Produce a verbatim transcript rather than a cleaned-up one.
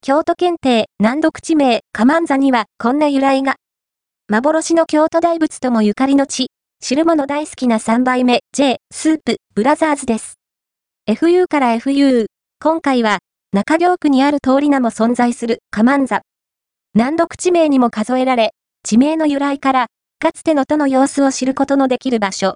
京都検定難読地名カマンザにはこんな由来が。幻の京都大仏ともゆかりの地、汁物大好きなさんばいめ J スープブラザーズです。エフユー から エフユー、今回は中京区にある通り名も存在するカマンザ。難読地名にも数えられ、地名の由来からかつての都の様子を知ることのできる場所。